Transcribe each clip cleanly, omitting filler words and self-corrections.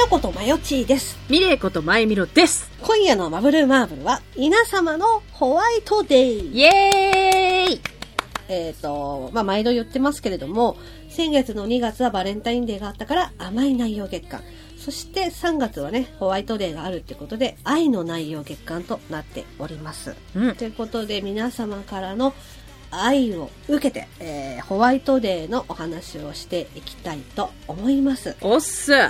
やことまよちーです。 ミレイことまえみろです。 今夜のマブルマーブルは皆様のホワイトデー。 イエーイ。 毎度言ってますけれども、先月の2月はバレンタインデーがあったから甘い内容月間。そして3月はね、ホワイトデーがあるってことで、愛の内容月間となっております。ということで、皆様からの愛を受けて、ホワイトデーのお話をしていきたいと思います。 おっす。はい、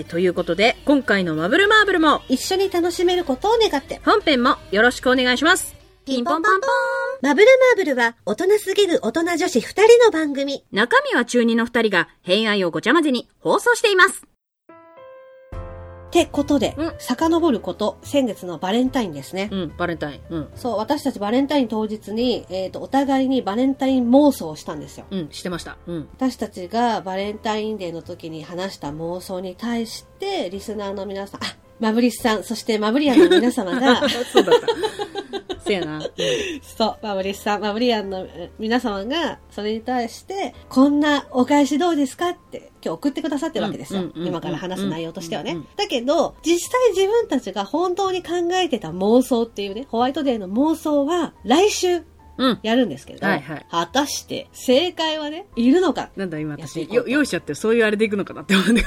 ということで、今回のマブルマーブルも一緒に楽しめることを願って、 本編もよろしくお願いします。 ピンポンパンポーン。マブルマーブルは大人すぎる大人女子2人の番組。 中身は中二の2人が偏愛をごちゃ混ぜに放送しています。 ってことで、遡ること、先月のバレンタインですね。 バレンタイン。 そう、私たちバレンタイン当日に、お互いにバレンタイン妄想をしたんですよ。 してました。 私たちがバレンタインデーの時に話した妄想に対して、リスナーの皆さん、マブリスさん、そしてマブリアンの皆様が、 そうだった。せやな。 そう、マブリスさん、マブリアンの皆様が、それに対して、こんなお返しどうですかって今日送ってくださってるわけですよ。今から話す内容としてはね。だけど、実際自分たちが本当に考えてた妄想っていうね、ホワイトデーの妄想は来週、やるんですけど、果たして正解はね、いるのか。 なんだ今私、用意しちゃってそういうあれでいくのかなって思って。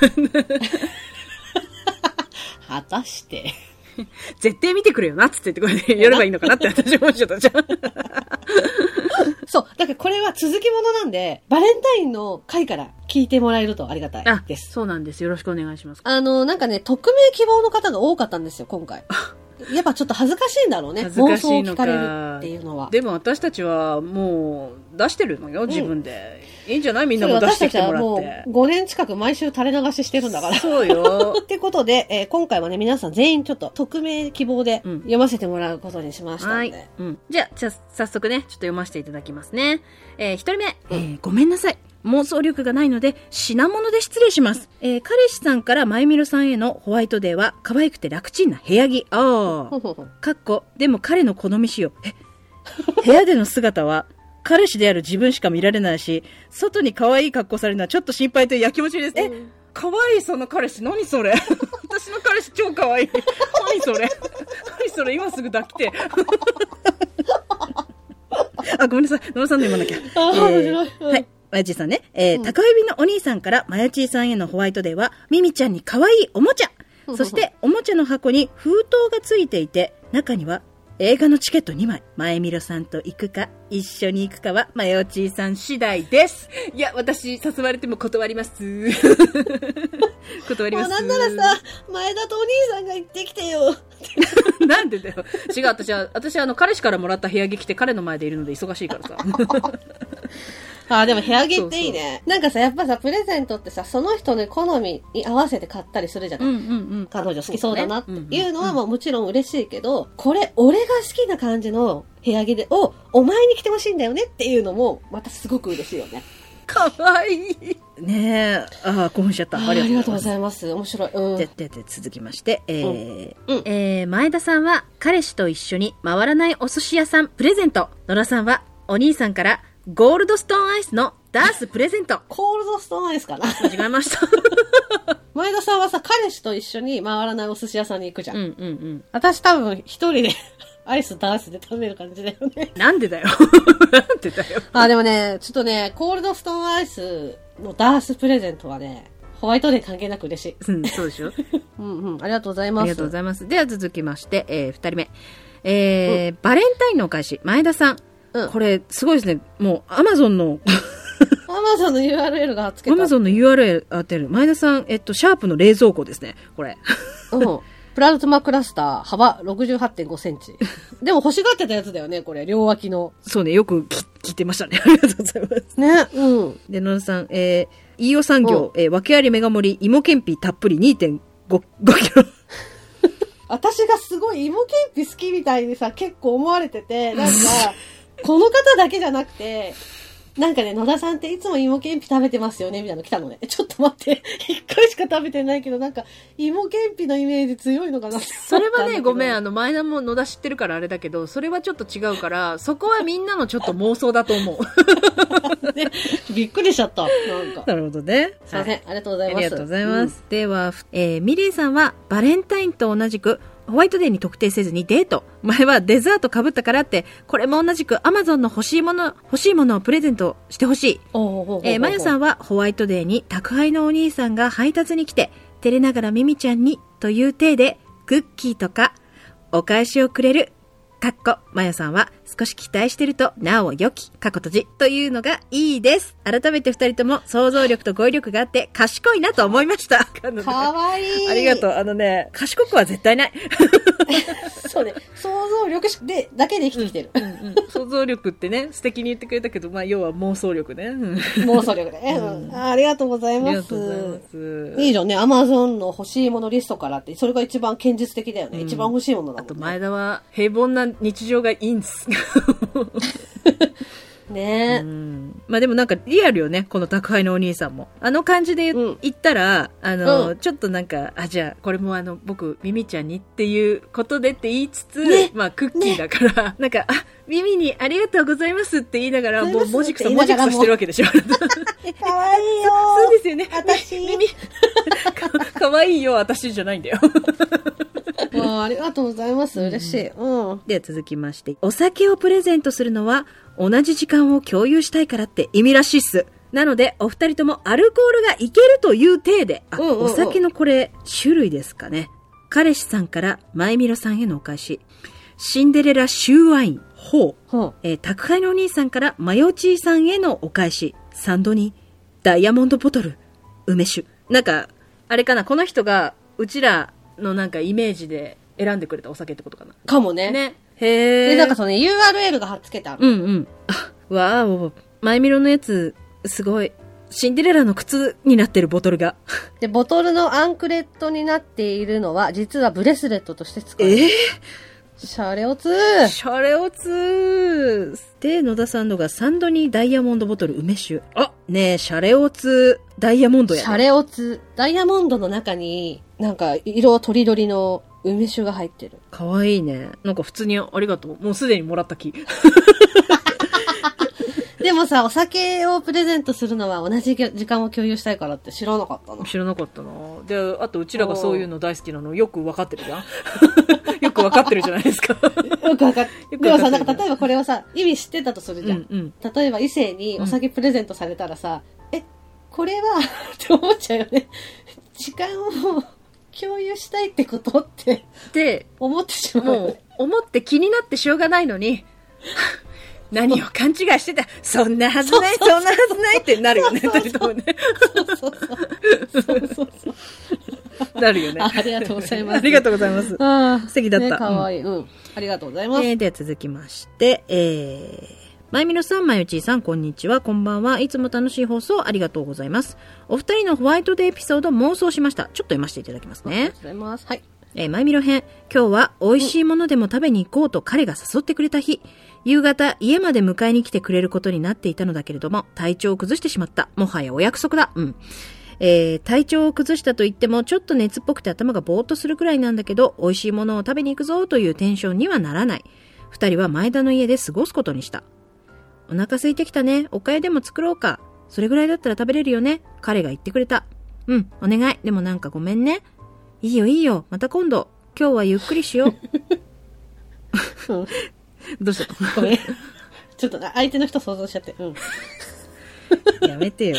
果たして。 絶対見てくれよなっつってこれでやればいいのかなって私思っちゃったじゃん。 そう。だからこれは続きものなんで、バレンタインの回から聞いてもらえるとありがたいです。 そうなんです。よろしくお願いします。 なんかね、匿名希望の方が多かったんですよ、今回。やっぱちょっと恥ずかしいんだろうね。妄想を聞かれるっていうのは。 でも私たちはもう出してるのよ、自分で。いいんじゃない？みんなも出してきてもらって。私たちはもう5年近く毎週垂れ流ししてるんだから。 そうよ。 ってことで、今回はね、皆さん全員ちょっと匿名希望で読ませてもらうことにしましたので。 じゃあ、早速ね、ちょっと読ませていただきますね。1人目、ごめんなさい。妄想力がないので品物で失礼します。彼氏さんからまゆみろさんへのホワイトデーは可愛くて楽ちんな部屋着。でも彼の好み仕様。部屋での姿は彼氏である自分しか見られないし、外に可愛い格好されるのはちょっと心配というやきもちです。可愛いその彼氏何それ。私の彼氏超可愛い。何それ。何それ今すぐ抱きて。ごめんなさい。野呂さんの読まなきゃ。はい。まやちーさんね、高指のお兄さんからまやちーさんへのホワイトデーは、ミミちゃんに可愛いおもちゃ。そして、おもちゃの箱に封筒がついていて、中には映画のチケット2枚。まえみろさんと行くか、一緒に行くかは、まよちーさん次第です。いや、私、誘われても断ります。断ります。 もうなんならさ、前田とお兄さんが行ってきてよ。 なんでだよ。違う、私彼氏からもらった部屋着着て彼の前でいるので忙しいからさ。 でも部屋着っていいね。なんかさ、やっぱさ、プレゼントってさ、その人の好みに合わせて買ったりするじゃない。彼女好きそうだなっていうのはもちろん嬉しいけど、これ、俺が好きな感じの部屋着をお前に着てほしいんだよねっていうのも、またすごく嬉しいよね。 かわいい。ねえ。興奮しちゃった。 ありがとうございます。面白い。 続きまして、前田さんは彼氏と一緒に回らないお寿司屋さんプレゼント。野良さんはお兄さんからゴールドストーンアイスのダースプレゼント。 コールドストーンアイスかな。 間違えました。 前田さんはさ、彼氏と一緒に回らないお寿司屋さんに行くじゃん。私多分一人でアイスダースで食べる感じだよね。 なんでだよ。なんでだよ。 でもね、ちょっとね、コールドストーンアイスのダースプレゼントはね、ホワイトデー関係なく嬉しい。 そうでしょ。 ありがとうございます。 ありがとうございます。では続きまして、二人目。バレンタインのお返し、前田さん。これ、すごいですね。もう、アマゾンの URL がつけた。 アマゾンの URL 当てる。前田さん、シャープの冷蔵庫ですね。これ。 プラズマクラスター、幅 68.5 センチ。でも欲しがってたやつだよね、これ。両脇の。 そうね、よく聞いてましたね。ありがとうございます。 ね、 で、野田さん、飯尾産業、訳ありメガ盛り、芋けんぴたっぷり 2.5 キロ。 私がすごい芋けんぴ好きみたいにさ、結構思われてて、なんか、この方だけじゃなくて、 なんかね、野田さんっていつも芋けんぴ食べてますよねみたいなの来たのね。ちょっと待って。一回しか食べてないけど、なんか、芋けんぴのイメージ強いのかなって。 それはね、ごめん、前田も野田知ってるからあれだけど、それはちょっと違うから、そこはみんなのちょっと妄想だと思う。 ね、びっくりしちゃった。なんか。 なるほどね。 すいません、ありがとうございます。 ありがとうございます。では、ミレイさんはバレンタインと同じく、ホワイトデーに特定せずにデート。前はデザート被ったからって、これも同じく Amazon の欲しいものをプレゼントしてほしい。まゆさんはホワイトデーに宅配のお兄さんが配達に来て、照れながらミミちゃんにという体で、クッキーとかお返しをくれる。まゆさんは少し期待してるとなお良き閉じというのがいいです。改めて二人とも想像力と語彙力があって賢いなと思いました。 かわいい。 ありがとう。賢くは絶対ない。 そうね。想像力だけで生きてきてる。 想像力ってね、素敵に言ってくれたけど、まあ要は妄想力ね。 妄想力ね。ありがとうございます。 ありがとうございます。 いいじゃんね。Amazon の欲しいものリストからって、それが一番現実的だよね。一番欲しいものだもんね。 あと前田は平凡な日常がいいんです。 ねえ。 まあでもなんかリアルよね、この宅配のお兄さんも。あの感じで言ったら、ちょっとなんか、じゃあ、これも僕、ミミちゃんにっていうことでって言いつつ、ね、まあクッキーだから、ね、なんか、ミミにありがとうございますって言いながら、もう文字くさしてるわけでしょ。 かわいいよ。 そうですよね。 私。 ミミ、かわいいよ、私じゃないんだよ。 ありがとうございます。嬉しい。では続きまして、お酒をプレゼントするのは同じ時間を共有したいからって意味らしいっす。なので、お二人ともアルコールがいけるという体で、お酒のこれ、種類ですかね。彼氏さんからマイミロさんへのお返し。シンデレラシューワイン、宅配のお兄さんからマヨチーさんへのお返し。サンドにダイヤモンドボトル、梅酒。なんか、あれかな、この人が、うちら、のなんかイメージで選んでくれたお酒ってことかな。 かもね。 ね。へー。 で、なんかその URL が貼っつけてある。 わーお、マイミロのやつ、すごい。シンデレラの靴になってるボトルが。 で、ボトルのアンクレットになっているのは、実はブレスレットとして使われる。シャレオツー。 シャレオツー。で、野田さんのがサンドにダイヤモンドボトル梅酒。ねえ、シャレオツダイヤモンドやね。 シャレオツ。ダイヤモンドの中に、なんか、色とりどりの梅酒が入ってる。 かわいいね。なんか普通にありがとう。もうすでにもらった気。 でもさ、お酒をプレゼントするのは同じ時間を共有したいからって知らなかったな。 知らなかったな。で、あとうちらがそういうの大好きなのよく分かってるじゃん。よく分かってるじゃないですか。よく分かってる。でもさ、なんか例えばこれをさ、意味知ってたとするじゃん。例えば異性にお酒プレゼントされたらさ、これはって思っちゃうよね。時間を共有したいってことって思ってしまう。 もう思って気になってしょうがないのに何を勘違いしてた、そんなはずないそんなはずないってなるよね。二人ともね。そうなるよね。 ありがとうございます。 ありがとうございます。素敵だった。 かわいい。ありがとうございます。 では続きまして、まゆみろさん、まゆちーさん、こんにちは、こんばんは。いつも楽しい放送ありがとうございます。お二人のホワイトデーエピソード妄想しました。ちょっと読ませていただきますね。 ありがとうございます。はい。 まゆみろ編。今日は美味しいものでも食べに行こうと彼が誘ってくれた日。夕方、家まで迎えに来てくれることになっていたのだけれども、体調を崩してしまった。もはやお約束だ。体調を崩したと言っても、ちょっと熱っぽくて頭がぼーっとするくらいなんだけど、美味しいものを食べに行くぞというテンションにはならない。二人は前田の家で過ごすことにした。お腹空いてきたね。おかゆでも作ろうか。それぐらいだったら食べれるよね。彼が言ってくれた。お願い。でもなんかごめんね。いいよいいよ。また今度。今日はゆっくりしよう。どうしたの？ ごめん。ちょっと相手の人想像しちゃって。 やめてよ。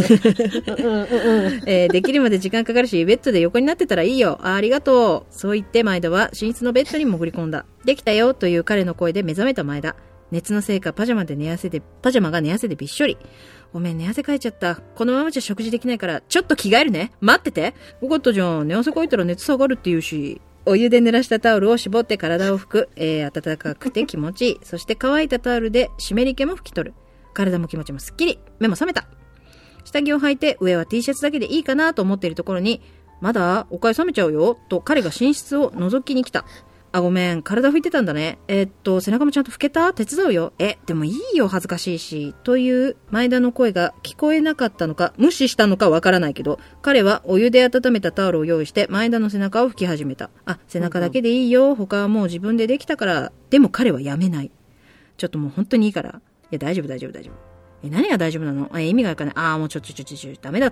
できるまで時間かかるし、ベッドで横になってたらいいよ。ありがとう。そう言って前田は寝室のベッドに潜り込んだ。できたよという彼の声で目覚めた前田。熱のせいかパジャマが寝汗でびっしょり。ごめん、寝汗かいちゃった。このままじゃ食事できないから、ちょっと着替えるね。待ってて。よかったじゃん。寝汗かいたら熱下がるって言うし。お湯で濡らしたタオルを絞って体を拭く。暖かくて気持ちいい。そして乾いたタオルで湿り気も拭き取る。体も気持ちもすっきり。目も覚めた。下着を履いて上は T シャツだけでいいかなと思っているところに、まだおかゆ冷めちゃうよと彼が寝室を覗きに来た。 あ、ごめん、体拭いてたんだね。背中もちゃんと拭けた？手伝うよ。でもいいよ、恥ずかしいし。という前田の声が聞こえなかったのか、無視したのかわからないけど、彼はお湯で温めたタオルを用意して前田の背中を拭き始めた。あ、背中だけでいいよ。他はもう自分でできたから。でも彼はやめない。ちょっともう本当にいいから。いや、大丈夫。何が大丈夫なの？意味がわかんない。あ、もうダメだって。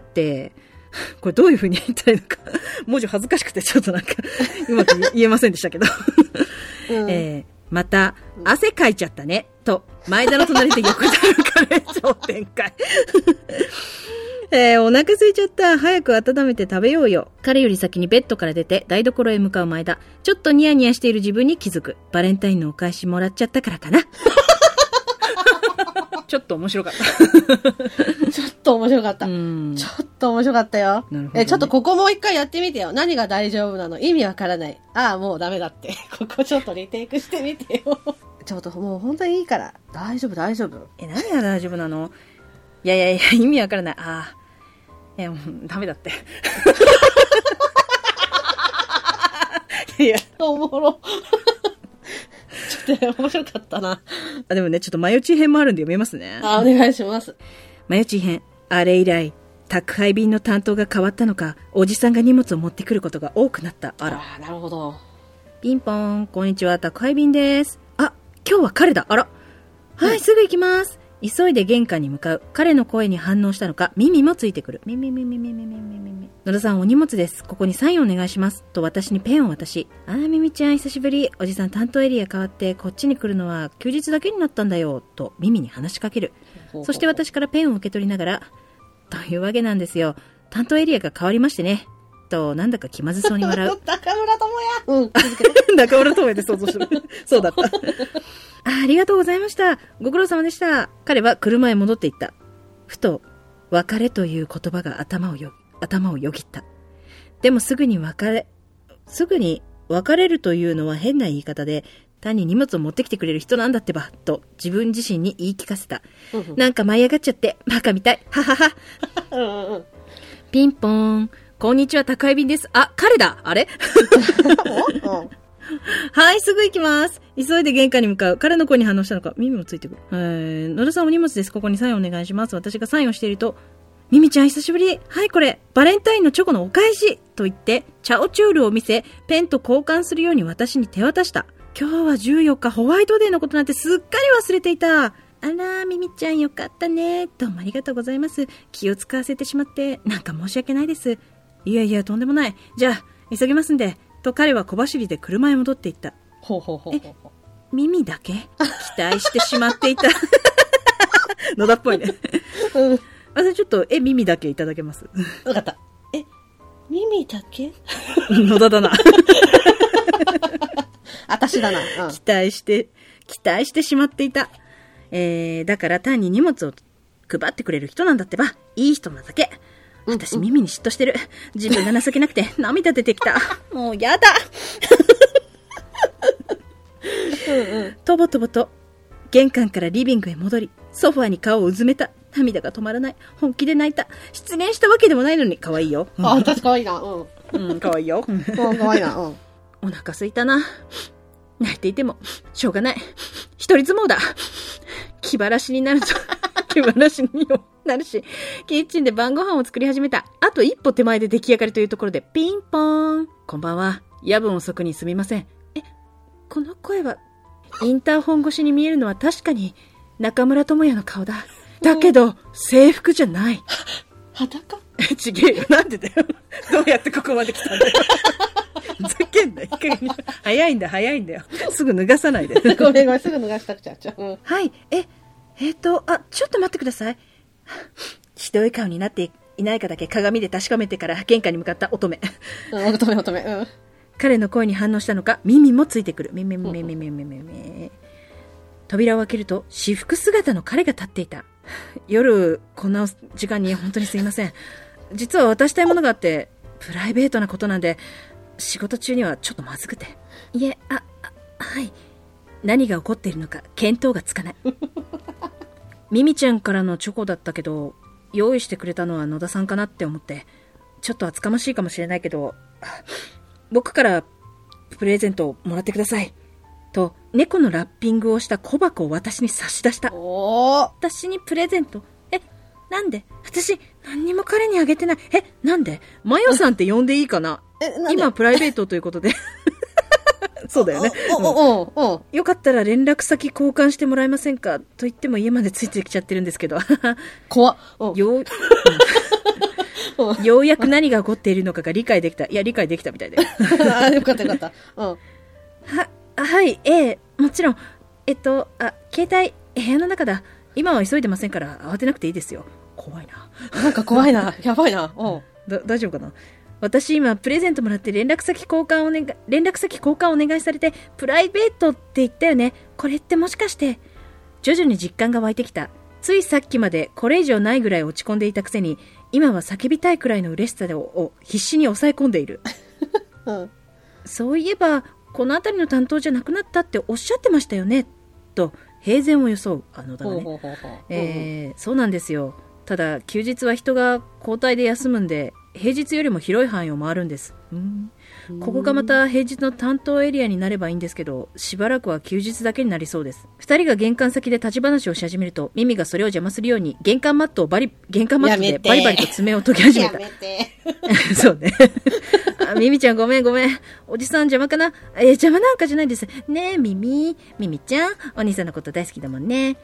これどういう風に言ったらいいのか。文字恥ずかしくてちょっとなんか、うまく言えませんでしたけど。また、汗かいちゃったね。と、前田の隣で横たるカレー超展開。お腹空いちゃった。早く温めて食べようよ。彼より先にベッドから出て台所へ向かう前田。ちょっとニヤニヤしている自分に気づく。バレンタインのお返しもらっちゃったからかな。ちょっと面白かった。 ちょっと面白かった。ちょっと面白かったよ。ね、ちょっとここもう一回やってみてよ。何が大丈夫なの？意味わからない。ああ、もうダメだって。ここちょっとリテイクしてみてよ。ちょっともう本当にいいから。大丈夫。何が大丈夫なの？いや、意味わからない。ああ。もうダメだって。いや、 おもろ。ちょっと面白かったな。 でもね、ちょっと前打ち編もあるんで読みますね。 お願いします。 前打ち編。あれ以来、宅配便の担当が変わったのか、おじさんが荷物を持ってくることが多くなった。あら。 なるほど。 ピンポーン、こんにちは、宅配便です。あ、今日は彼だ。あら。はい、すぐ行きます。急いで玄関に向かう。彼の声に反応したのか、耳もついてくる。野田さん、お荷物です。ここにサインお願いします。と私にペンを渡し、ミちゃん久しぶり。おじさん担当エリア変わってこっちに来るのは休日だけになったんだよ。と耳に話しかける。そして私からペンを受け取りながら、というわけなんですよ。担当エリアが変わりましてね。と、なんだか気まずそうに笑う。 中村智也。中村智也で想像する。そうだった。ありがとうございました。ご苦労様でした。彼は車へ戻っていった。ふと、別れという言葉が頭をよぎった。でもすぐに別れるというのは変な言い方で、単に荷物を持ってきてくれる人なんだってば、と自分自身に言い聞かせた。なんか舞い上がっちゃって、バカみたい。ははは。ピンポーン。こんにちは、宅配便です。あ、彼だ。あれはい、すぐ行きます。急いで玄関に向かう。彼の声に反応したのか、耳もついてくる。野田さんお荷物です。ここにサインお願いします。私がサインをしていると、ミミちゃん久しぶり。はい、これ、バレンタインのチョコのお返しと言って、チャオチュールを見せ、ペンと交換するように私に手渡した。今日は14日ホワイトデーのことなんてすっかり忘れていた。あら、ミミちゃんよかったね。どうもありがとうございます。気を使わせてしまって、なんか申し訳ないです。いや、とんでもない。じゃあ、急ぎますんで。と彼は小走りで車へ戻っていった。耳だけ期待してしまっていた。野田っぽいね。ちょっと、耳だけいただけます？ わかった。耳だけ野田だな。 私だな、 期待してしまっていた。だから単に荷物を配ってくれる人なんだってば、いい人なだけ。私耳に嫉妬してる。自分が情けなくて涙出てきた。もうやだ。とぼとぼと玄関からリビングへ戻り、ソファーに顔をうずめた。涙が止まらない。本気で泣いた。失恋したわけでもないのに可愛いよ。 私可愛いな。 可愛いよ。 可愛いな。 お腹空いたな。泣いていてもしょうがない。一人相撲だ。気晴らしになると。気晴らしになるし、キッチンで晩ご飯を作り始めた。あと一歩手前で出来上がりというところでピンポーン。こんばんは。夜分遅くにすみません。この声は、インターホン越しに見えるのは確かに中村智也の顔だ。だけど、制服じゃない。 裸？ ちげえよ。なんでだよ。どうやってここまで来たんだよ。ふざけんな。早いんだよ。すぐ脱がさないで。 ごめん、すぐ脱がしたくちゃ。 はい。ちょっと待ってください。ひどい顔になっていないかだけ鏡で確かめてから玄関に向かった乙女。 乙女。 彼の声に反応したのか、耳もついてくる。扉を開けると、私服姿の彼が立っていた。夜、こんな時間に本当にすいません。実は渡したいものがあって、プライベートなことなんで、仕事中にはちょっとまずくて。はい。何が起こっているのか見当がつかない。ミミちゃんからのチョコだったけど、用意してくれたのは野田さんかなって思って、ちょっと厚かましいかもしれないけど、僕からプレゼントをもらってください。と、猫のラッピングをした小箱を私に差し出した。私にプレゼント？なんで？私、何にも彼にあげてない。なんで？マヨさんって呼んでいいかな？今プライベートということで。そうだよね。よかったら連絡先交換してもらえませんか？と言っても家までついてきちゃってるんですけど。 怖っ。 ようやく何が起こっているのかが理解できた。いや、理解できたみたいで。 よかったよかった。 はい、もちろん。携帯、部屋の中だ。今は急いでませんから慌てなくていいですよ。怖いな。 なんか怖いな。やばいな。 大丈夫かな。私今プレゼントもらって連絡先交換お願いされてプライベートって言ったよね。これってもしかして。徐々に実感が湧いてきた。ついさっきまでこれ以上ないぐらい落ち込んでいたくせに今は叫びたいくらいの嬉しさを必死に抑え込んでいる。そういえばこの辺りの担当じゃなくなったっておっしゃってましたよね。と平然を装う野田がね。そうなんですよ。ただ休日は人が交代で休むんで平日よりも広い範囲を回るんです。ここがまた平日の担当エリアになればいいんですけど、しばらくは休日だけになりそうです。二人が玄関先で立ち話をし始めると、ミミがそれを邪魔するように玄関マットでバリバリと爪を研ぎ始めた。そうね。ミミちゃんごめん。おじさん邪魔かな？邪魔なんかじゃないです。ねえ、ミミちゃん、お兄さんのこと大好きだもんね。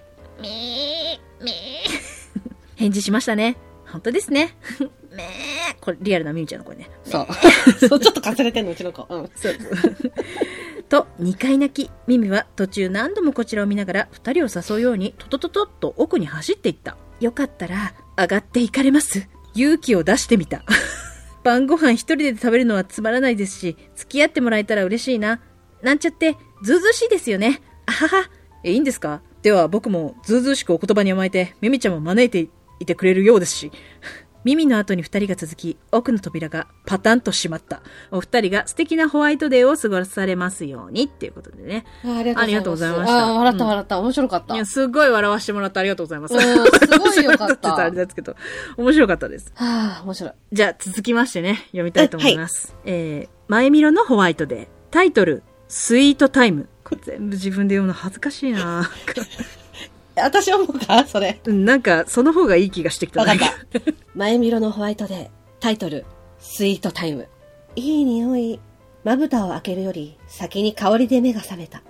返事しましたね。本当ですね。これリアルなミミちゃんの声ね。 そう。ちょっとかすれてんの、うちの子。 そう。と、2回泣き。ミミは途中何度もこちらを見ながら、2人を誘うように、トトトトッと奥に走っていった。よかったら、上がっていかれます。勇気を出してみた。晩ご飯一人で食べるのはつまらないですし、付き合ってもらえたら嬉しいな。なんちゃって、ずうずうしいですよね。あはは。いいんですか？では僕もずうずうしくお言葉に甘えて、ミミちゃんも招いていてくれるようですし。ミミの後に二人が続き、奥の扉がパタンと閉まった。お二人が素敵なホワイトデーを過ごされますようにっていうことでね。 ありがとうございました。笑った。面白かった。 いや、すごい笑わせてもらってありがとうございます。 すごいよかった。 あれですけど、面白かったです。 面白い。 じゃあ続きましてね、読みたいと思います。マエミロのホワイトデー。タイトル、スイートタイム。これ全部自分で読むの恥ずかしいな私思うかそれ。 なんか、その方がいい気がしてきた。 わかった。前見ろのホワイトデー。タイトル、スイートタイム。いい匂い。まぶたを開けるより、先に香りで目が覚めた。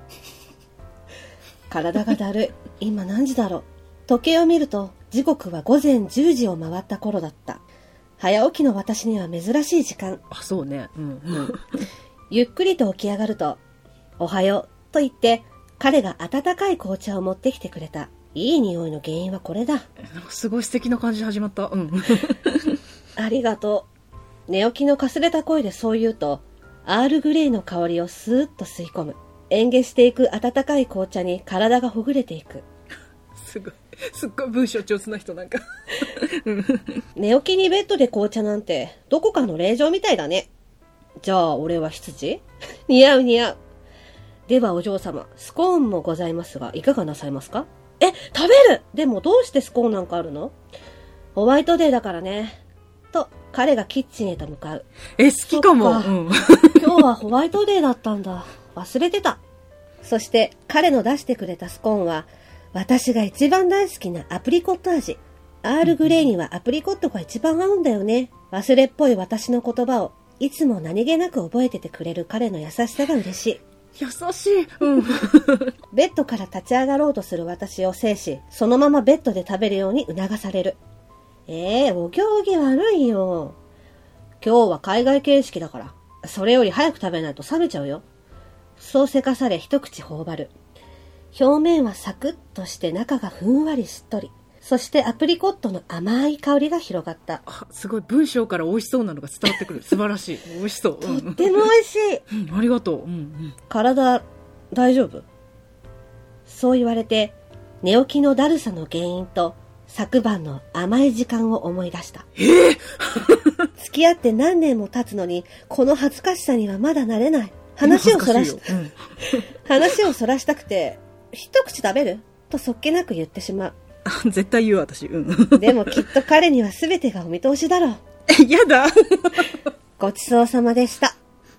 体がだるい。今何時だろう。時計を見ると、時刻は午前10時を回った頃だった。早起きの私には珍しい時間。 あ、そうね。 ゆっくりと起き上がると、おはようと言って、彼が温かい紅茶を持ってきてくれた。いい匂いの原因はこれだ。 なんかすごい素敵な感じで始まった。 ありがとう。寝起きのかすれた声でそう言うと、アールグレイの香りをスーッと吸い込む。嚥下していく温かい紅茶に体がほぐれていく。 すっごい文章上手な人なんか。 寝起きにベッドで紅茶なんて、どこかの令状みたいだね。じゃあ俺は羊？似合う。ではお嬢様、スコーンもございますが、いかがなさいますか？食べる！でもどうしてスコーンなんかあるの？ホワイトデーだからね。と、彼がキッチンへと向かう。 好きかも。 今日はホワイトデーだったんだ。忘れてた。そして彼の出してくれたスコーンは、私が一番大好きなアプリコット味。アールグレイにはアプリコットが一番合うんだよね。忘れっぽい私の言葉を、いつも何気なく覚えててくれる彼の優しさが嬉しい。 優しい。 ベッドから立ち上がろうとする私を制し、そのままベッドで食べるように促される。お行儀悪いよ。今日は海外形式だから、それより早く食べないと冷めちゃうよ。そうせかされ一口頬張る。表面はサクッとして中がふんわりしっとり。そしてアプリコットの甘い香りが広がった。 すごい文章から美味しそうなのが伝わってくる。素晴らしい。美味しそう。 とっても美味しい。 ありがとう。 体、大丈夫？そう言われて、寝起きのだるさの原因と、昨晩の甘い時間を思い出した。付き合って何年も経つのに、この恥ずかしさにはまだ慣れない。話をそらしたくて、一口食べる？とそっけなく言ってしまう。 絶対言う私。 でもきっと彼には全てがお見通しだろう。 やだ。 ごちそうさまでした。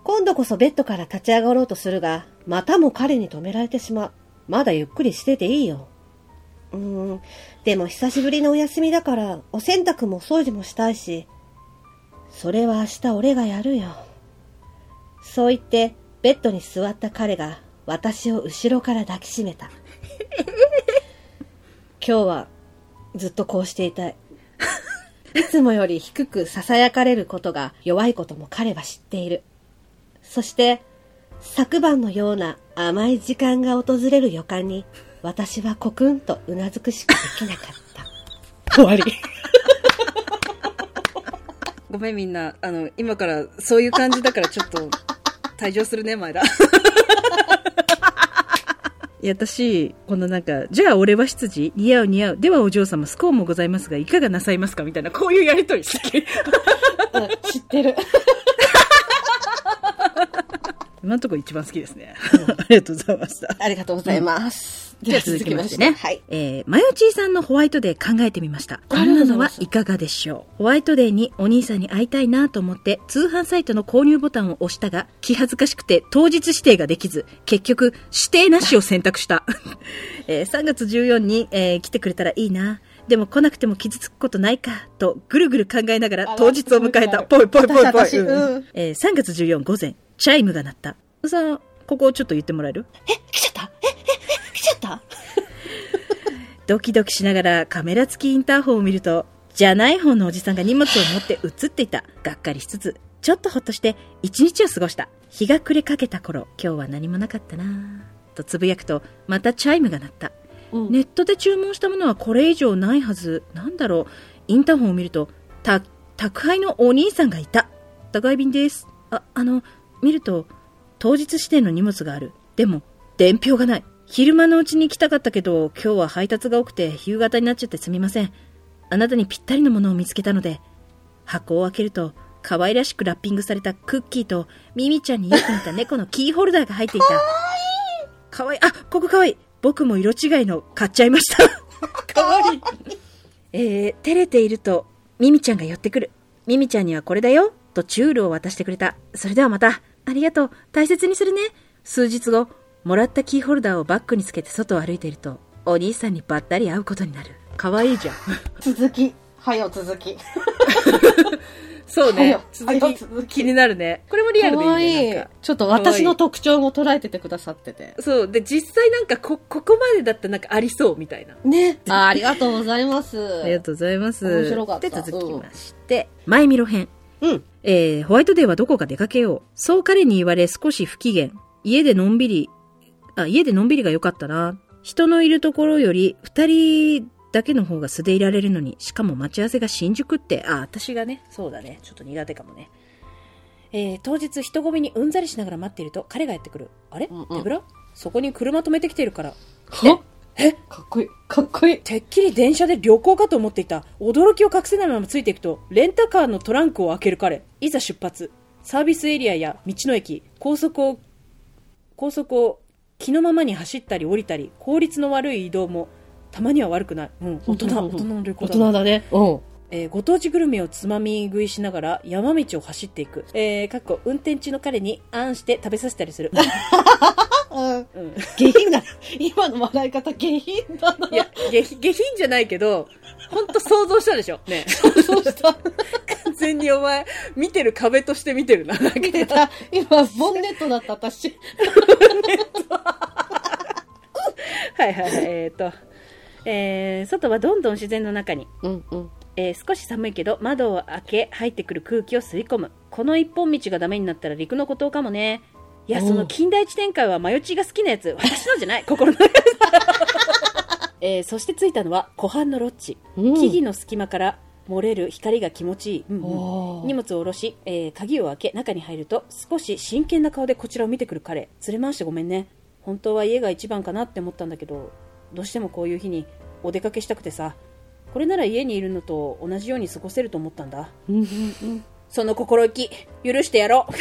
今度こそベッドから立ち上がろうとするが、またも彼に止められてしまう。まだゆっくりしてていいよ。でも久しぶりのお休みだから、お洗濯もお掃除もしたいし、それは明日俺がやるよ。そう言って、ベッドに座った彼が、私を後ろから抱きしめた。今日は、ずっとこうしていたい。いつもより低く囁かれることが弱いことも彼は知っている。そして、昨晩のような甘い時間が訪れる予感に、私はコクンとうなずくしかできなかった。終わり。 ごめんみんな、今からそういう感じだからちょっと退場するね、前田。いや、私、このなんか、じゃあ俺は執事似合う似合う。ではお嬢様、スコーンもございますが、いかがなさいますかみたいな、こういうやりとり好き。 知ってる。 今のところ一番好きですね。ありがとうございました。 ありがとうございます。 じゃあ続きましてね。 はい。 マヨチーさんのホワイトデー考えてみました。こんなのはいかがでしょう。ホワイトデーにお兄さんに会いたいなと思って通販サイトの購入ボタンを押したが、気恥ずかしくて当日指定ができず、結局指定なしを選択した。3月14に、来てくれたらいいな。でも来なくても傷つくことないかとぐるぐる考えながら当日を迎えた。ぽいぽいぽいぽい。3月14午前、チャイムが鳴った。さあ、ここをちょっと言ってもらえる？ 来ちゃった来ちゃったドキドキしながらカメラ付きインターホンを見ると、じゃない方のおじさんが荷物を持って映っていた。がっかりしつつ、ちょっとほっとして一日を過ごした。日が暮れかけた頃、今日は何もなかったなぁとつぶやくと、またチャイムが鳴った。ネットで注文したものはこれ以上ないはず。なんだろう。インターホンを見ると、宅配のお兄さんがいた。宅配便です。見ると、当日指定の荷物がある。でも、伝票がない。昼間のうちに来たかったけど、今日は配達が多くて夕方になっちゃってすみません。あなたにぴったりのものを見つけたので。箱を開けると、可愛らしくラッピングされたクッキーと、ミミちゃんによく似た猫のキーホルダーが入っていた。かわいい。ここかわいい。僕も色違いの買っちゃいました。かわいい。照れていると、ミミちゃんが寄ってくる。ミミちゃんにはこれだよ、とチュールを渡してくれた。それではまた。ありがとう。大切にするね。数日後、もらったキーホルダーをバッグにつけて外を歩いていると、お兄さんにばったり会うことになる。かわいいじゃん。 続き。続き。 そうね。続き。気になるね。これもリアルでいいね。なんかちょっと私の特徴も捉えててくださってて。 そう。で、実際なんかここまでだったらなんかありそうみたいな。 ね。ありがとうございます。 ありがとうございます。 面白かった。 で、続きまして、マイミロ編。ホワイトデーはどこか出かけよう。そう彼に言われ少し不機嫌。家でのんびりが良かったな。人のいるところより二人だけの方が素でいられるのに、しかも待ち合わせが新宿って、私がね、そうだね、ちょっと苦手かもね。当日人混みにうんざりしながら待っていると彼がやってくる。あれ、手ぶら？そこに車止めてきてるから。 かっこいい。かっこいい。 てっきり電車で旅行かと思っていた。驚きを隠せないままついていくと、レンタカーのトランクを開ける彼。いざ出発。サービスエリアや道の駅、高速を気のままに走ったり降りたり、効率の悪い移動もたまには悪くない。大人の旅行だ。 大人だね。 ご当地グルメをつまみ食いしながら山道を走っていく。運転中の彼にあんして食べさせたりする。 下品だ。今の笑い方下品だな。 いや、下品じゃないけど、ほんと想像したでしょ。ね。 想像した。 完全にお前、見てる壁として見てるな。 見てた。今、ボンネットだった、私。ボンネット。 はい。外はどんどん自然の中に。少し寒いけど窓を開け入ってくる空気を吸い込む。この一本道がダメになったら陸の孤島かもね。いや、その近代地展開はマヨチーが好きなやつ。私のじゃない。心のそして着いたのは湖畔のロッジ。木々の隙間から漏れる光が気持ちいい。荷物を下ろし、鍵を開け中に入ると少し真剣な顔でこちらを見てくる彼。連れ回してごめんね。本当は家が一番かなって思ったんだけど、どうしてもこういう日にお出かけしたくてさ。これなら家にいるのと同じように過ごせると思ったんだ。その心意気許してやろう。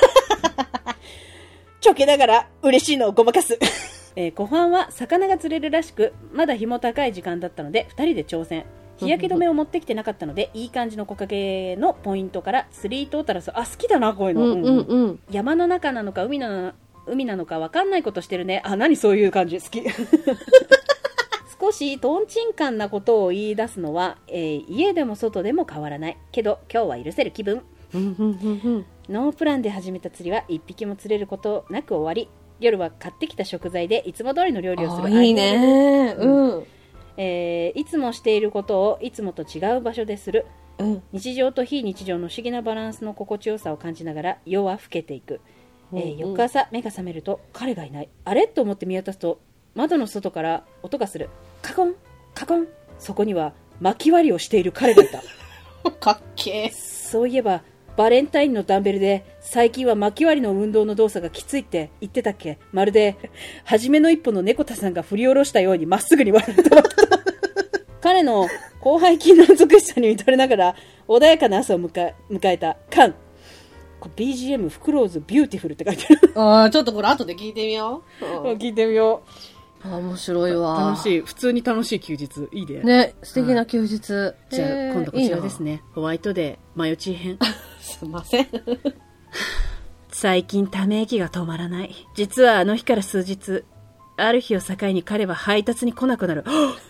ちょけながら嬉しいのをごまかす。湖畔は魚が釣れるらしく、まだ日も高い時間だったので2人で挑戦。 日焼け止めを持ってきてなかったので、いい感じの木陰のポイントからスリートを垂らす。好きだな、こういうの。山の中なのか海なのか分かんないことしてるね。何そういう感じ好き。少しトンチンカンなことを言い出すのは、家でも外でも変わらないけど今日は許せる気分。ノープランで始めた釣りは一匹も釣れることなく終わり、夜は買ってきた食材でいつも通りの料理をする。 いいね。 いつもしていることをいつもと違う場所でする。日常と非日常の不思議なバランスの心地よさを感じながら夜は更けていく。翌朝目が覚めると彼がいない。あれと思って見渡すと窓の外から音がする。カコンカコン。そこには巻き割りをしている彼がいた。 かっけー。 そういえばバレンタインのダンベルで最近は巻き割りの運動の動作がきついって言ってたっけ。まるで初めの一歩の猫田さんが振り下ろしたようにまっすぐに割れた。彼の広背筋の美しさに見とれながら穏やかな朝を迎えたカン。BGM フクローズビューティフルって書いてある。 ちょっとこれ後で聞いてみよう。 聞いてみよう。面白いわ。 楽しい。普通に楽しい休日。いいね。 ね、素敵な休日。 じゃあ今度こちらですね。ホワイトデーマヨチー編。 すいません。 最近ため息が止まらない。実はあの日から数日、ある日を境に彼は配達に来なくなる。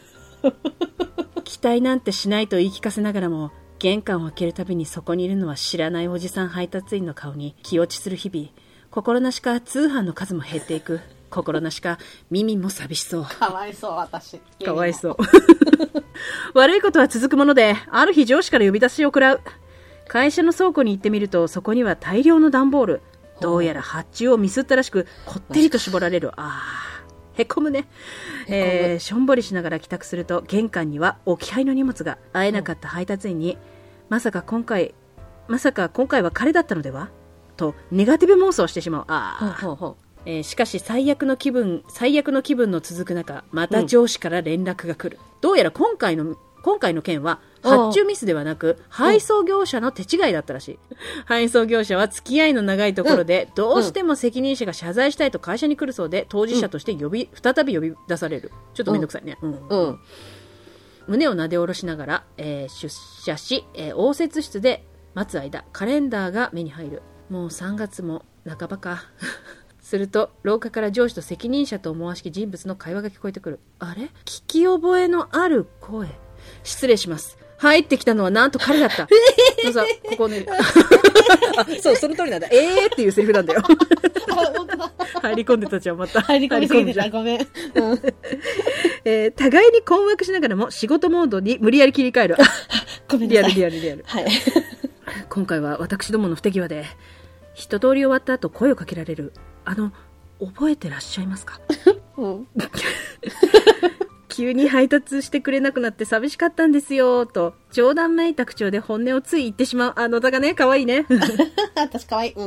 期待なんてしないと言い聞かせながらも、玄関を開けるたびにそこにいるのは知らないおじさん配達員の顔に気落ちする日々。心なしか通販の数も減っていく。心なしか耳も寂しそう。 かわいそう、私。 かわいそう。悪いことは続くもので、ある日上司から呼び出しを食らう。会社の倉庫に行ってみると、そこには大量の段ボール。どうやら発注をミスったらしく、こってりと絞られる。へこむね。しょんぼりしながら帰宅すると、玄関には置き配の荷物が。会えなかった配達員に、まさか今回は彼だったのではとネガティブ妄想してしまう。しかし最悪の気分の続く中、また上司から連絡が来る。どうやら今回の件は発注ミスではなく配送業者の手違いだったらしい。配送業者は付き合いの長いところで、どうしても責任者が謝罪したいと会社に来るそうで、当事者として再び呼び出される。ちょっとめんどくさいね。胸をなで下ろしながら、出社し、応接室で待つ間、カレンダーが目に入る。もう3月も半ばか。すると廊下から上司と責任者と思わしき人物の会話が聞こえてくる。あれ、聞き覚えのある声。失礼します。入ってきたのはなんと彼だった。さここね。そう、その通りなんだ。っていうセリフなんだよ。入り込んでたじゃん、また。 入り込みすぎてた、ごめん。 互いに困惑しながらも仕事モードに無理やり切り替える。 ごめんなさい。 リアル。はい。今回は私どもの不手際で、一通り終わった後声をかけられる。覚えてらっしゃいますか？急に配達してくれなくなって寂しかったんですよと冗談めいた口調で本音をつい言ってしまう。野田がね、可愛いね。 私可愛い。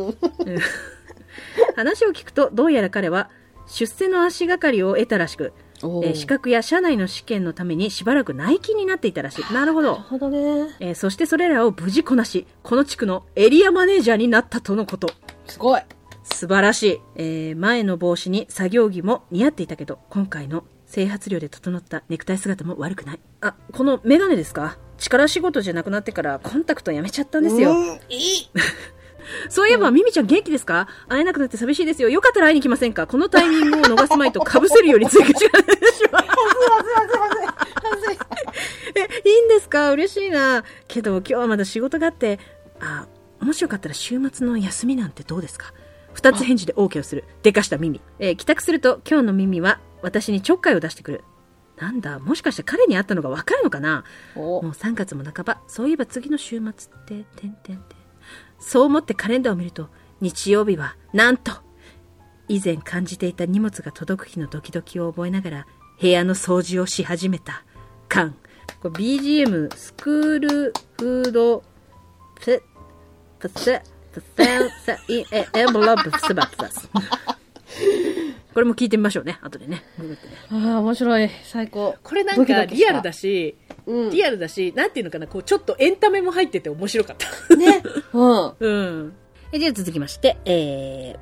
話を聞くと、どうやら彼は出世の足がかりを得たらしく、資格や社内の試験のためにしばらく内勤になっていたらしい。なるほど。 なるほどね。 そしてそれらを無事こなし、この地区のエリアマネージャーになったとのこと。 すごい。 素晴らしい。前の帽子に作業着も似合っていたけど、今回の整髪料で整ったネクタイ姿も悪くない。このメガネですか？力仕事じゃなくなってからコンタクトやめちゃったんですよ。そういえば、ミミちゃん元気ですか？会えなくなって寂しいですよ。よかったら会いに来ませんか？このタイミングを逃すまいと被せるように追加しまいいんですか？嬉しいな。けど今日はまだ仕事があって、もしよかったら週末の休みなんてどうですか？二つ返事で OK をする。でかしたミミ。帰宅すると今日のミミは私にちょっかいを出してくる。なんだ、もしかして彼に会ったのがわかるのかな？もう3月も半ば。そういえば次の週末って、そう思ってカレンダーを見ると、日曜日はなんと以前感じていた荷物が届く日のドキドキを覚えながら部屋の掃除をし始めた。カン。これ BGM スクールフードこれも聞いてみましょうね、後でね。 面白い、最高。 これなんかリアルだし、なんていうのかな、こうちょっとエンタメも入ってて面白かった。ね。じゃあ続きまして、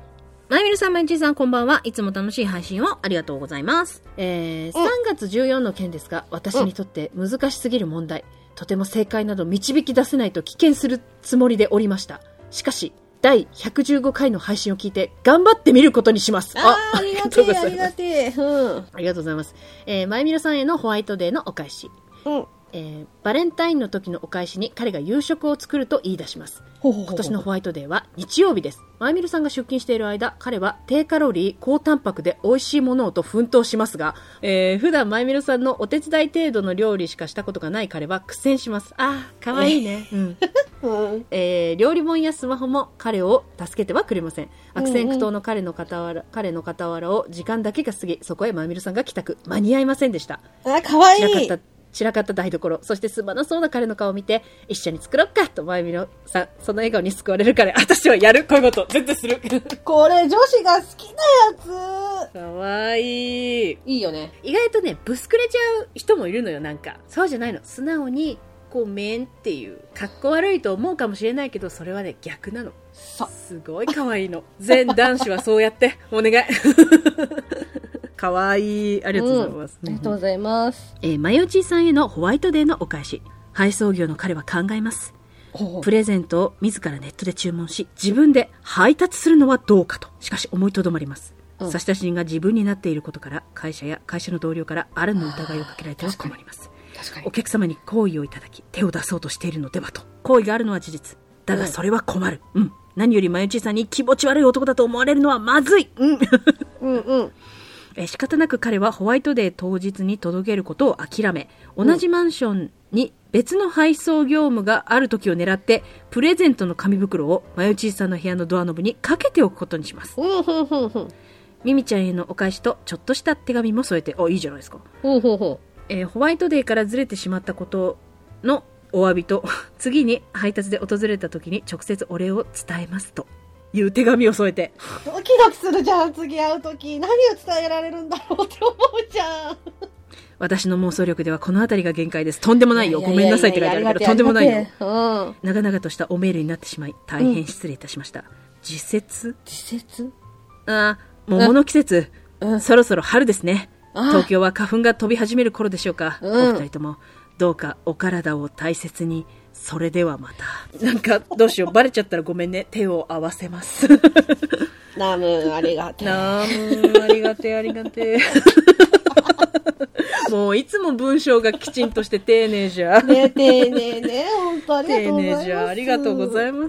まゆみるさん、まゆちーさん、こんばんは。いつも楽しい配信をありがとうございます。3月14の件ですが、私にとって難しすぎる問題。とても正解など導き出せないと棄権するつもりでおりました。しかし、第115回の配信を聞いて頑張ってみることにします。 ありがてえ、ありがてえ。 ありがとうございます。まゆみるさんへのホワイトデーのお返し。バレンタインの時のお返しに彼が夕食を作ると言い出します。今年のホワイトデーは日曜日です。まゆみるさんが出勤している間、彼は低カロリー、高タンパクで美味しいものをと奮闘しますが、普段まゆみるさんのお手伝い程度の料理しかしたことがない彼は苦戦します。かわいいね。料理本やスマホも彼を助けてはくれません。悪戦苦闘の彼の傍らを時間だけが過ぎ、そこへまゆみるさんが帰宅。間に合いませんでした。 かわいい。 散らかった台所、そしてすまなそうな彼の顔を見て、一緒に作ろっかとまゆみるさん、その笑顔に救われる彼、私はやる、こういうこと絶対する。 これ女子が好きなやつ。 かわいい。 いいよね。 意外とね、ぶすくれちゃう人もいるのよ。なんかそうじゃないの。素直にごめんっていう、かっこ悪いと思うかもしれないけど、それはね、逆なの。すごい可愛いの。全男子はそうやってお願い。かわいい。ありがとうございます。 ありがとうございます。 まゆちさんへのホワイトデーのお返し。配送業の彼は考えます。プレゼントを自らネットで注文し、自分で配達するのはどうかと。しかし思いとどまります。差出人が自分になっていることから、会社や会社の同僚からあらぬ疑いをかけられては困ります。お客様に好意をいただき、手を出そうとしているのではと。好意があるのは事実。だがそれは困る。何よりまゆちさんに気持ち悪い男だと思われるのはまずい。仕方なく彼はホワイトデー当日に届けることを諦め、同じマンションに別の配送業務がある時を狙って、プレゼントの紙袋をまゆちさんの部屋のドアノブにかけておくことにします。ミミちゃんへのお返しとちょっとした手紙も添えて、いいじゃないですか。ホワイトデーからずれてしまったことのお詫びと、次に配達で訪れた時に直接お礼を伝えますという手紙を添えて。 ドキドキするじゃん。次会う時何を伝えられるんだろうって思うじゃん。 私の妄想力ではこの辺りが限界です。とんでもないよ。ごめんなさいって書いてあるけど、とんでもないよ。長々としたおメールになってしまい大変失礼いたしました。時節桃の季節、そろそろ春ですね。東京は花粉が飛び始める頃でしょうか。お二人ともどうかお体を大切に。それではまた。なんかどうしよう、バレちゃったらごめんね。手を合わせます。 ナムありがてえ。 ナムありがてえ、ありがてえ。もういつも文章がきちんとして丁寧じゃ。 ね、丁寧ね、本当ありがとうございます。 丁寧じゃ、ありがとうございます、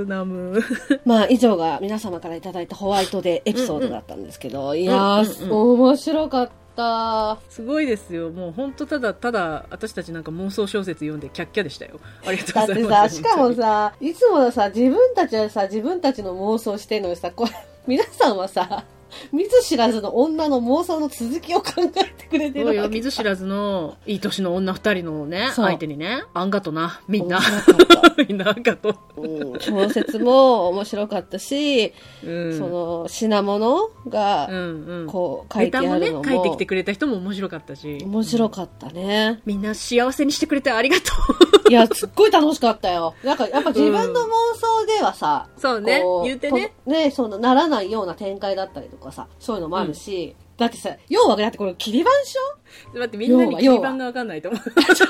ナム。 以上が皆様からいただいたホワイトデーエピソードだったんですけど、いやー、面白かった。 すごいですよ。もう本当ただ私たちなんか妄想小説読んでキャッキャでしたよ。ありがとうございます。 だってさ、しかもさ、いつもさ、自分たちはさ、自分たちの妄想してんのにさ、皆さんはさ、見ず知らずの女の妄想の続きを考えてくれてるわけ。 見ず知らずのいい年の女二人のね、相手にね、あんがとな、みんな。みんなあんがと。 小説も面白かったし、その品物がこう書いてあるのも、 ネタもね、書いてきてくれた人も面白かったし。 面白かったね。 みんな幸せにしてくれてありがとう。いや、すっごい楽しかったよ。なんかやっぱ自分の妄想ではさ、 そうね、言うてね。 ね、そのならないような展開だったりとかさ、そういうのもあるし、だってさ、要はだってこれ切り板書？ 待って、みんなに切り板がわかんないと思う。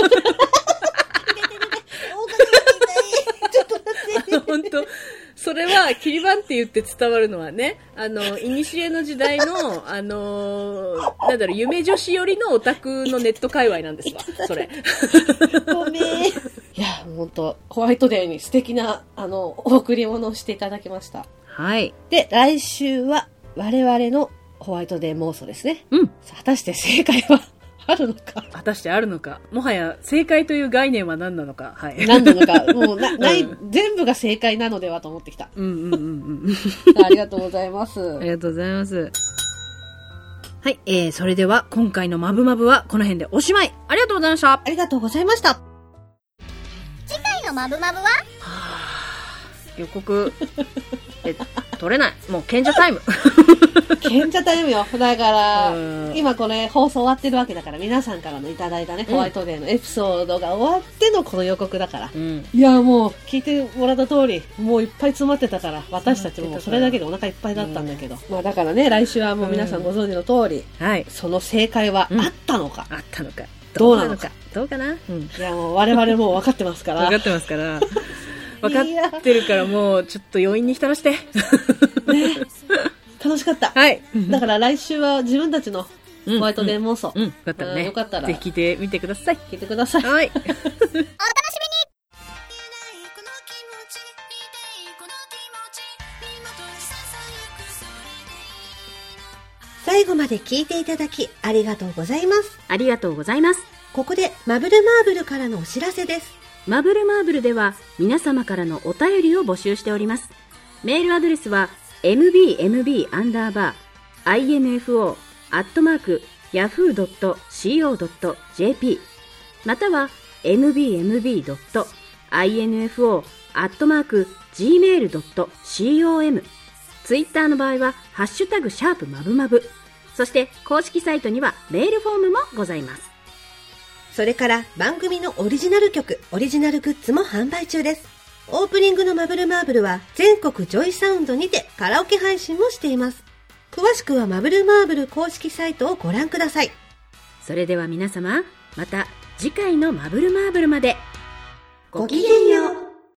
本当それは切り板って言って伝わるのはね、いにしえの時代のなんだろう、夢女子寄りのオタクのネット界隈なんですわ。それ。 ごめん。いや、本当ホワイトデーに素敵な贈り物をしていただきました。 はい。 で、来週は我々のホワイトデー妄想ですね。果たして正解はあるのか。 果たしてあるのか。もはや正解という概念は何なのか。はい。 何なのか。もうない、全部が正解なのではと思ってきた。ありがとうございます。 ありがとうございます。はい。それでは今回のマブマブはこの辺でおしまい。ありがとうございました。 ありがとうございました。 次回のマブマブは予告。 取れない。もう賢者タイム。 賢者タイムよ。だから、今これ放送終わってるわけだから、皆さんからのいただいたね、ホワイトデーのエピソードが終わってのこの予告だから。いや、もう聞いてもらった通り、もういっぱい詰まってたから、私たちもそれだけでお腹いっぱいだったんだけど。まあだからね、来週はもう皆さんご存知の通り、その正解はあったのか。 あったのか。 どうなのか。 どうかな。 いや、もう我々もう分かってますから。 分かってますから。分かってるからもうちょっと余韻に浸らして。ね。 楽しかった。 はい。だから来週は自分たちのホワイトデー妄想。 よかったらね。 よかったら。 ぜひ聞いてみてください。 聞いてください。 はい。お楽しみに。 最後まで聞いていただきありがとうございます。 ありがとうございます。 ここでマブルマーブルからのお知らせです。 マブルマーブルでは皆様からのお便りを募集しております。メールアドレスは mbmb_info@yahoo.co.jp または mbmb.info@gmail.com ツイッターの場合はハッシュタグ#マブマブ、そして公式サイトにはメールフォームもございます。 それから番組のオリジナル曲、オリジナルグッズも販売中です。オープニングのマブルマーブルは全国ジョイサウンドにてカラオケ配信もしています。詳しくはマブルマーブル公式サイトをご覧ください。 それでは皆様、また次回のマブルマーブルまでごきげんよう。